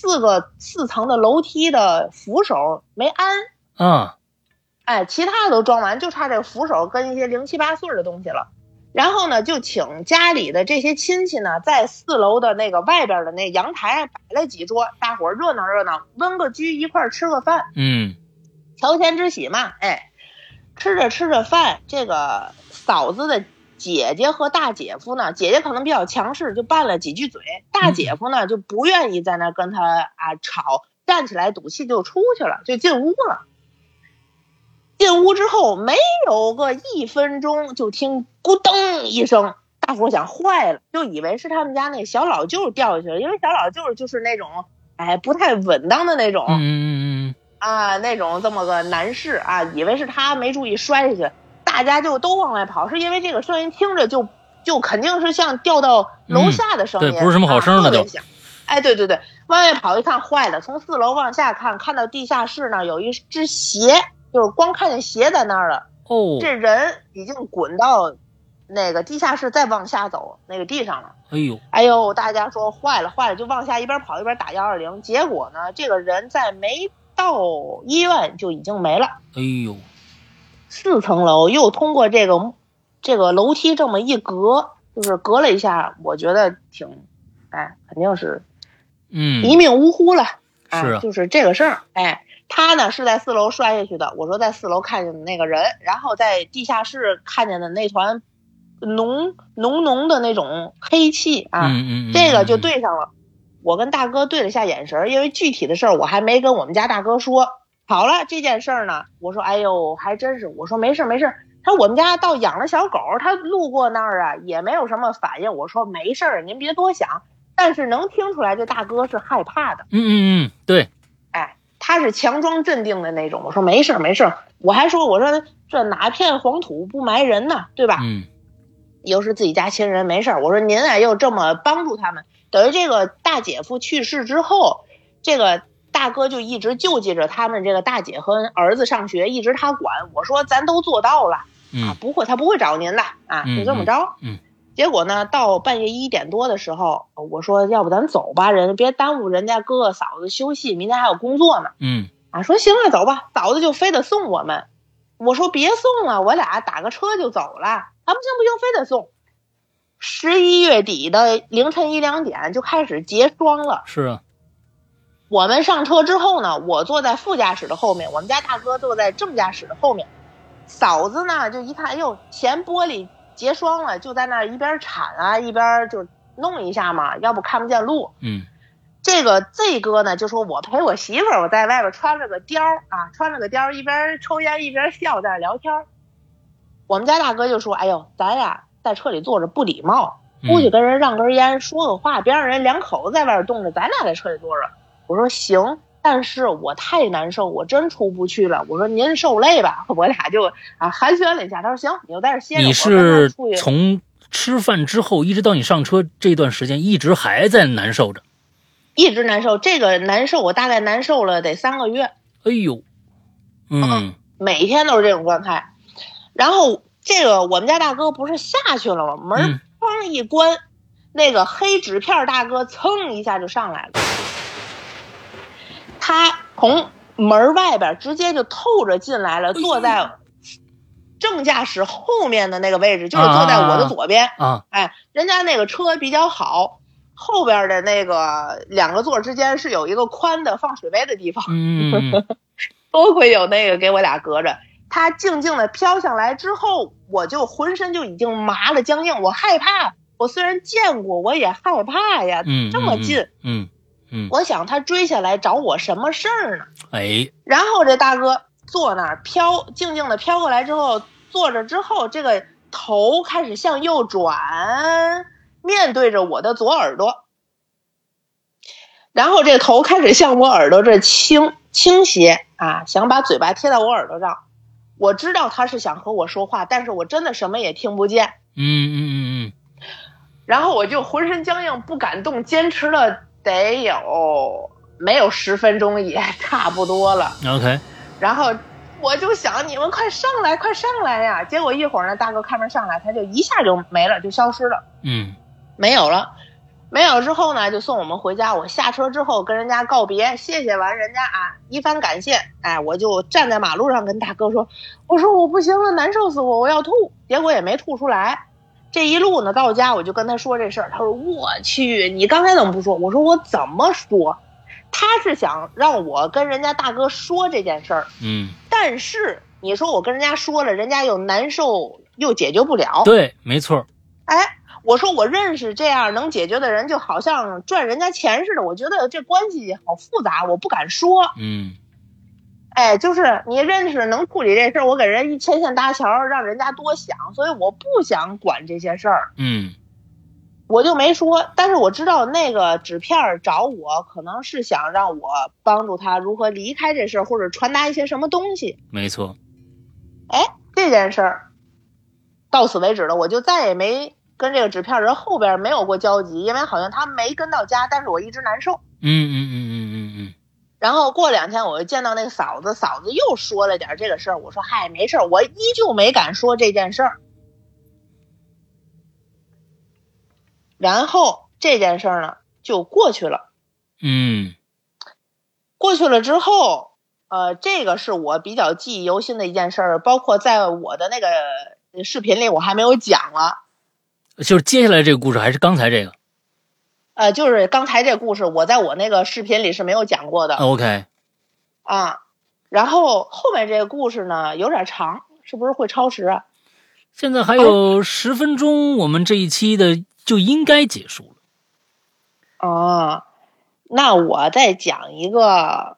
4层的楼梯的扶手没安。其他的都装完，就差这个扶手跟一些0、7、8碎的东西了。然后呢，就请家里的这些亲戚呢，在4楼的那个外边的那阳台摆了几桌，大伙热闹热闹，温个居，一块吃个饭。乔迁之喜嘛。吃着饭，这个嫂子的姐姐和大姐夫呢，姐姐可能比较强势，就拌了几句嘴，大姐夫呢就不愿意在那跟他吵，站起来赌气就出去了，就进屋了。进屋之后没有个1分钟，就听咕噔一声，大伙想坏了，就以为是他们家那小老舅掉下去了，因为小老舅就是那种不太稳当的那种。那种这么个男士啊，以为是他没注意摔下去，大家就都往外跑，是因为这个声音听着就肯定是像掉到楼下的声音。 对，不是什么好声的就。 对，往外跑一看坏了，从4楼往下看到地下室呢有一只鞋，就是光看见鞋在那儿了。这人已经滚到那个地下室，再往下走那个地上了。哎呦，大家说坏了，就往下一边跑一边打120。结果呢，这个人在没到医院就已经没了。4层楼又通过这个楼梯这么一隔，就是隔了一下，我觉得挺肯定是一命呜呼了。就是这个事儿。他呢是在4楼摔下去的，我说在4楼看见的那个人，然后在地下室看见的那团浓的那种黑气这个就对上了。 我跟大哥对了下眼神，因为具体的事儿我还没跟我们家大哥说。好了，这件事儿呢，我说哎呦还真是，我说没事没事。他说我们家倒养了小狗，他路过那儿啊也没有什么反应。我说没事儿，您别多想。但是能听出来这大哥是害怕的。 对。 哎，他是强装镇定的那种。我说没事没事，我还说我说这哪片黄土不埋人呢，对吧？又是自己家亲人，没事。我说您啊又这么帮助他们，等于这个大姐夫去世之后，这个大哥就一直救济着他们这个大姐和儿子上学，一直他管。我说咱都做到了啊，不会他不会找您的啊，就这么着。结果呢，到半夜1点多的时候，我说要不咱走吧，人别耽误人家哥哥嫂子休息，明天还有工作呢。说行了，走吧。嫂子就非得送我们，我说别送了，我俩打个车就走了。不行不行，非得送。11月底的凌晨1、2点就开始结霜了。 是啊。 我们上车之后呢，我坐在副驾驶的后面，我们家大哥坐在正驾驶的后面。嫂子呢就一看，哎呦，前玻璃结霜了，就在那一边铲啊一边就弄一下嘛，要不看不见路。这个 Z 哥呢就说我陪我媳妇儿，我在外边穿着个貂啊，穿着个貂一边抽烟一边笑在那聊天。我们家大哥就说哎呦咱俩在车里坐着不礼貌，出去跟人让根烟说个话，别让人两口子在外边冻着，咱俩在车里坐着。我说行，但是我太难受，我真出不去了。我说您受累吧。我俩就寒暄了一下。他说行，你就在这歇着。 你是从吃饭之后一直到你上车这段时间一直还在难受着？ 一直难受，这个难受我大概难受了得3个月。 哎呦， 每天都是这种状态。然后这个我们家大哥不是下去了吗？门砰一关，那个黑纸片大哥噌一下就上来了。他从门外边直接就透着进来了，坐在正驾驶后面的那个位置，就是坐在我的左边。人家那个车比较好，后边的那个2个座之间是有一个宽的放水杯的地方。多亏有那个给我俩隔着。他静静的飘上来之后，我就浑身就已经麻了僵硬，我害怕。我虽然见过，我也害怕呀。这么近。我想他追下来找我什么事儿呢？然后这大哥坐那儿静静的飘过来之后，坐着之后，这个头开始向右转，面对着我的左耳朵，然后这头开始向我耳朵这倾斜啊，想把嘴巴贴到我耳朵上。我知道他是想和我说话，但是我真的什么也听不见。然后我就浑身僵硬不敢动，坚持了得有没有10分钟也差不多了。 OK。 然后我就想你们快上来快上来呀！结果一会儿呢，大哥开门上来，他就一下就没了，就消失了。没有了。没有之后呢，就送我们回家。我下车之后跟人家告别，谢谢完人家一番感谢，我就站在马路上跟大哥说，我说我不行了，难受死我要吐。结果也没吐出来。这一路呢到家我就跟他说这事儿，他说我去，你刚才怎么不说？我说我怎么说？他是想让我跟人家大哥说这件事儿。但是你说我跟人家说了，人家又难受又解决不了。 对，没错。 我说我认识这样能解决的人，就好像赚人家钱似的，我觉得这关系好复杂，我不敢说。就是你认识能处理这事儿，我给人一牵线搭桥，让人家多想，所以我不想管这些事儿。我就没说。但是我知道那个纸片找我，可能是想让我帮助他如何离开这事儿，或者传达一些什么东西。 没错。 这件事儿到此为止了，我就再也没跟这个纸片人后边没有过交集，因为好像他没跟到家，但是我一直难受。然后过2天我又见到那个嫂子，嫂子又说了点这个事儿，我说嗨没事儿，我依旧没敢说这件事儿。然后这件事儿呢就过去了。过去了之后，这个是我比较记忆犹新的一件事儿，包括在我的那个视频里我还没有讲了。 就是接下来这个故事还是刚才这个？ 就是刚才这故事我在我那个视频里是没有讲过的。 OK。 然后后面这个故事呢有点长，是不是会超时啊？ 现在还有10分钟，我们这一期的就应该结束了。 那我再讲一个，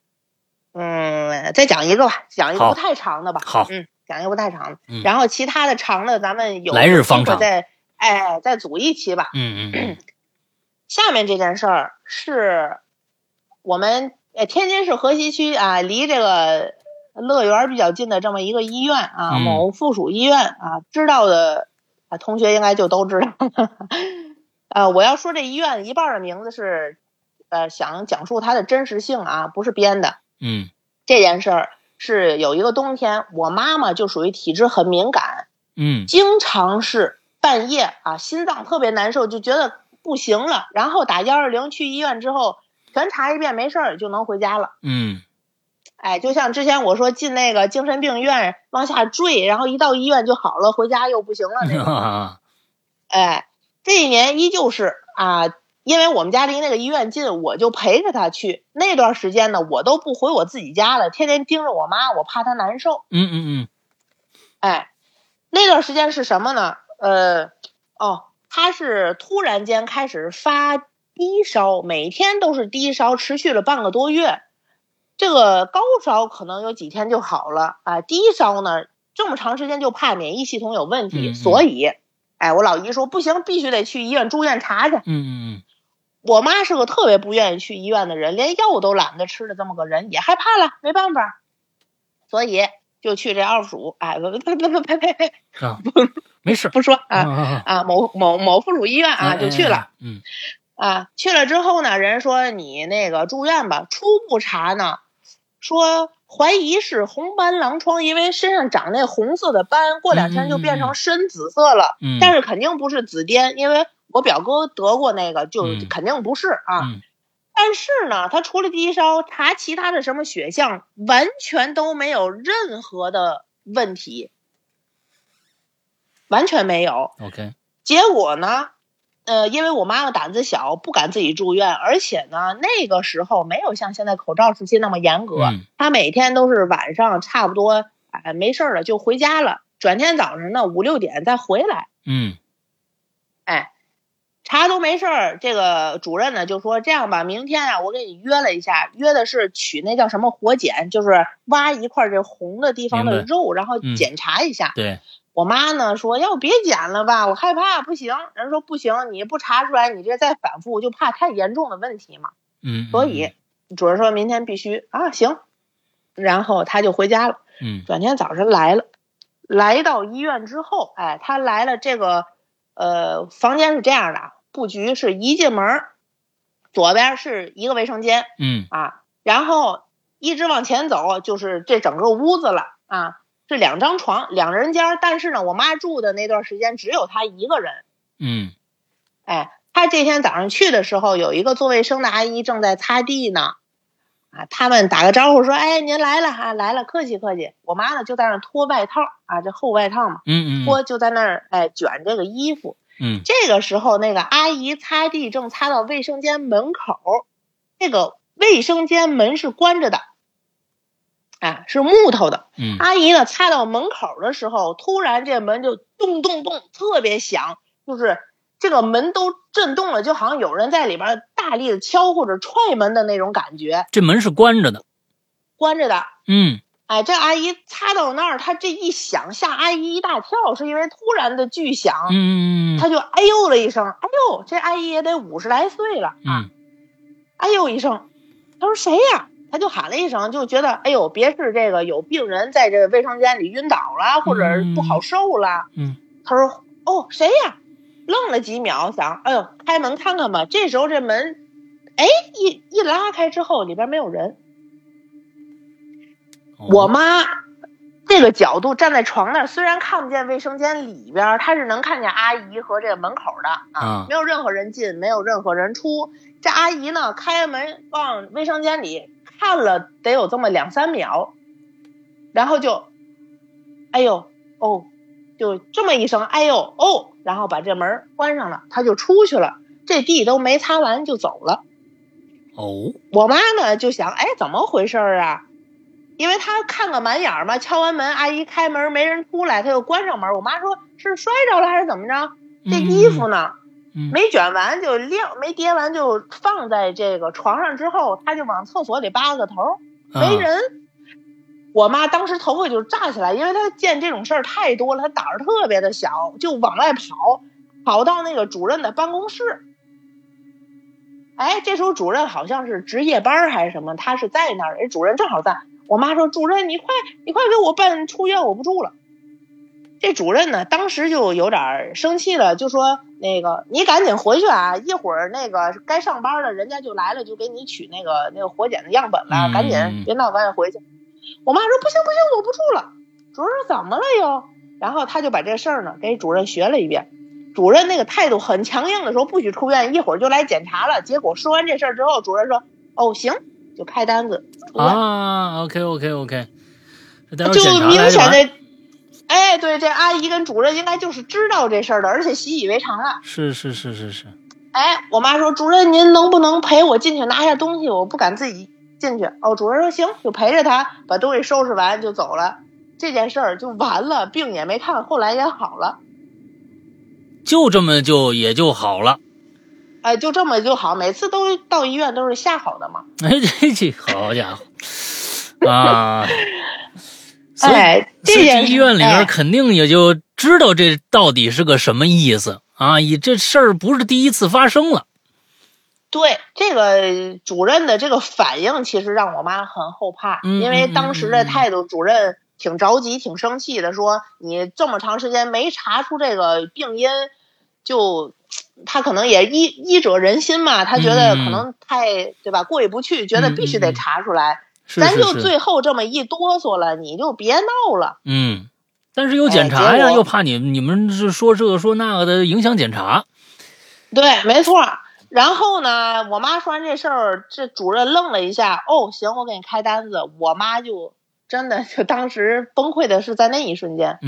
再讲一个吧，讲一个不太长的吧。 好， 讲一个不太长的。然后其他的长的咱们有来日方长， 再组一期吧。下面这件事儿是我们天津市河西区啊，离这个乐园比较近的这么一个医院啊，某附属医院啊，知道的同学应该就都知道。我要说这医院一半的名字是想讲述它的真实性啊，不是编的。这件事儿是有一个冬天，我妈妈就属于体质很敏感，经常是半夜啊心脏特别难受，就觉得不行了，然后打120去医院之后全查一遍没事儿就能回家了。就像之前我说进那个精神病院往下坠，然后一到医院就好了，回家又不行了那种。这一年依旧是因为我们家离那个医院近，我就陪着他去。那段时间呢，我都不回我自己家了，天天盯着我妈，我怕她难受。那段时间是什么呢？她是突然间开始发低烧，每天都是低烧，持续了半个多月。这个高烧可能有几天就好了低烧呢，这么长时间就怕免疫系统有问题，所以我老姨说不行，必须得去医院住院查去。我妈是个特别不愿意去医院的人，连药都懒得吃的这么个人，也害怕了，没办法，所以就去这二附属没事不说某附属医院就去了。去了之后呢，人说你那个住院吧，初步查呢说怀疑是红斑狼疮，因为身上长那红色的斑，过2天就变成深紫色了。但是肯定不是紫癜，因为我表哥得过那个，就肯定不是但是呢，他除了低烧，查其他的什么血项完全都没有任何的问题，完全没有。结果呢因为我妈妈胆子小，不敢自己住院，而且呢那个时候没有像现在口罩时期那么严格，她每天都是晚上差不多没事了就回家了，转天早上呢5、6点再回来。查都没事儿，这个主任呢就说这样吧，明天我给你约了一下，约的是取那叫什么活检，就是挖一块这红的地方的肉，然后检查一下。 对， 我妈呢说要不别检了吧，我害怕，不行。人说不行，你不查出来，你这再反复就怕太严重的问题嘛。所以主任说明天必须行，然后他就回家了。转天早上来了，来到医院之后，他来了这个房间是这样的，布局是一进门左边是一个卫生间，然后一直往前走就是这整个屋子了是2张床，2人间，但是呢我妈住的那段时间只有她一个人。她这天早上去的时候，有一个做卫生的阿姨正在擦地呢他们打个招呼说您来了来了，客气客气。我妈呢就在那儿脱外套这厚外套嘛，脱就在那儿卷这个衣服。这个时候那个阿姨擦地正擦到卫生间门口，这个卫生间门是关着的是木头的。阿姨呢擦到门口的时候，突然这门就咚咚咚特别响，就是这个门都震动了，就好像有人在里边大力的敲或者踹门的那种感觉。 这门是关着的。 这阿姨擦到那儿，她这一响吓阿姨一大跳，是因为突然的巨响。她就哎呦了一声，这阿姨也得50来岁了哎呦一声，她说谁呀？她就喊了一声，就觉得别是这个有病人在这个卫生间里晕倒了，或者不好受了。她说谁呀？愣了几秒，想开门看看吧。这时候这门一拉开之后，里边没有人。我妈这个角度站在床那儿，虽然看不见卫生间里边，她是能看见阿姨和这个门口的没有任何人进，没有任何人出。这阿姨呢开门往卫生间里看了得有这么2、3秒，然后就就这么一声然后把这门关上了，她就出去了，这地都没擦完就走了。我妈呢就想怎么回事因为她看个满眼嘛，敲完门阿姨开门没人出来，她又关上门。我妈说是摔着了还是怎么着，这衣服呢没卷完就晾，没叠完就放在这个床上之后，他就往厕所里扒个头，没人。我妈当时头发就炸起来，因为她见这种事儿太多了，她胆儿特别的小，就往外跑到那个主任的办公室。哎，这时候主任好像是值夜班还是什么，他是在那儿，主任正好在。我妈说：“主任，你快给我办出院，我不住了。”这主任呢，当时就有点生气了，就说：“那个，你赶紧回去啊！一会儿那个该上班了，人家就来了，就给你取那个活检的样本了，赶紧别闹，赶紧回去。”我妈说：“不行，我不住了。”主任说：“怎么了又？”然后他就把这事儿呢给主任学了一遍。主任那个态度很强硬的说：“不许出院，一会儿就来检查了。”结果说完这事儿之后，主任说：“哦，行，就开单子出院。” 啊 ，OK， 就明显的。哎，对，这阿姨跟主任应该就是知道这事儿的，而且习以为常了。 是。 哎，我妈说：“主任，您能不能陪我进去拿下东西？我不敢自己进去。”哦，主任说：“行，就陪着他把东西收拾完就走了。”这件事儿就完了，病也没看，后来也好了。 就这么也就好了。 哎，就这么就好，每次都到医院都是吓好的嘛。 哎，这好家伙啊！ 哎， 这医院里面肯定也就知道这到底是个什么意思啊！这事儿不是第一次发生了。 对，这个主任的这个反应其实让我妈很后怕，因为当时的态度，主任挺着急、挺生气的，说你这么长时间没查出这个病因，就他可能也医者仁心嘛，他觉得可能太对吧，过意不去，觉得必须得查出来。咱就最后这么一哆嗦了，你就别闹了。 但是有检查呀，又怕你们是说这个说那个的影响检查。 对，没错。然后呢，我妈说完这事儿，这主任愣了一下，哦，行，我给你开单子。我妈就真的就当时崩溃的是在那一瞬间。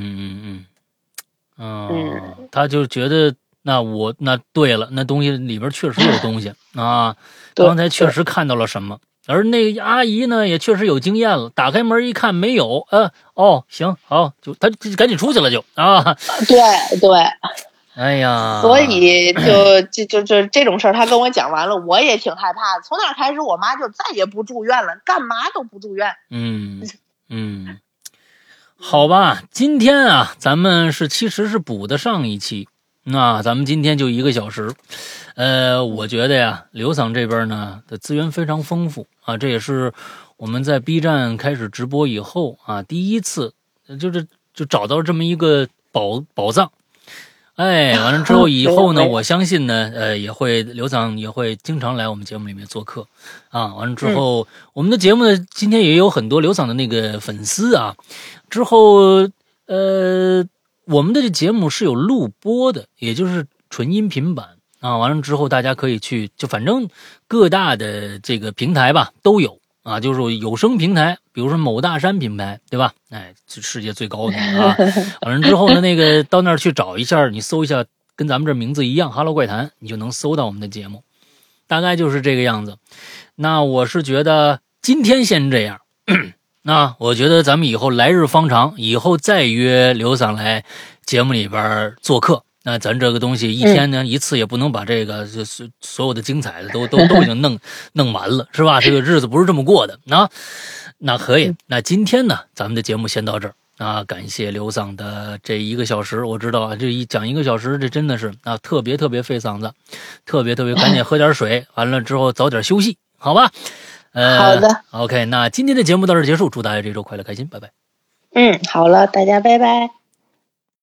他就觉得那对了，那东西里边确实有东西啊，刚才确实看到了什么。而那阿姨呢，也确实有经验了，打开门一看没有，行好，就她赶紧出去了就啊。 对， 哎呀， 所以就这种事儿，她跟我讲完了，我也挺害怕。从那开始，我妈就再也不住院了，干嘛都不住院。 好吧，今天啊，咱们其实是补的上一期。那咱们今天就1个小时，我觉得呀，刘桑这边呢的资源非常丰富啊，这也是我们在 B 站开始直播以后啊，第一次就找到这么一个宝藏。哎，完了之后以后呢，我相信呢，刘桑也会经常来我们节目里面做客啊。完了之后，我们的节目呢，今天也有很多刘桑的那个粉丝啊。之后，我们的这节目是有录播的，也就是纯音频版啊。完了之后，大家可以去，就反正各大的这个平台吧都有啊，就是有声平台，比如说某大山平台，对吧？哎，世界最高的啊。完了之后呢，那个到那儿去找一下，你搜一下跟咱们这名字一样哈喽怪谈，你就能搜到我们的节目，大概就是这个样子。那我是觉得今天先这样。那我觉得咱们以后来日方长，以后再约刘桑来节目里边做客。那咱这个东西一天呢，一次也不能把这个所有的精彩的都已经弄完了，是吧？这个日子不是这么过的啊。那可以，那今天呢，咱们的节目先到这儿啊。感谢刘桑的这1个小时，我知道啊，这讲1个小时，这真的是啊，特别费嗓子，特别赶紧喝点水，完了之后早点休息，好吧？ 好的 ，OK， 那今天的节目到这儿结束，祝大家这周快乐开心，拜拜。 好了，大家拜拜。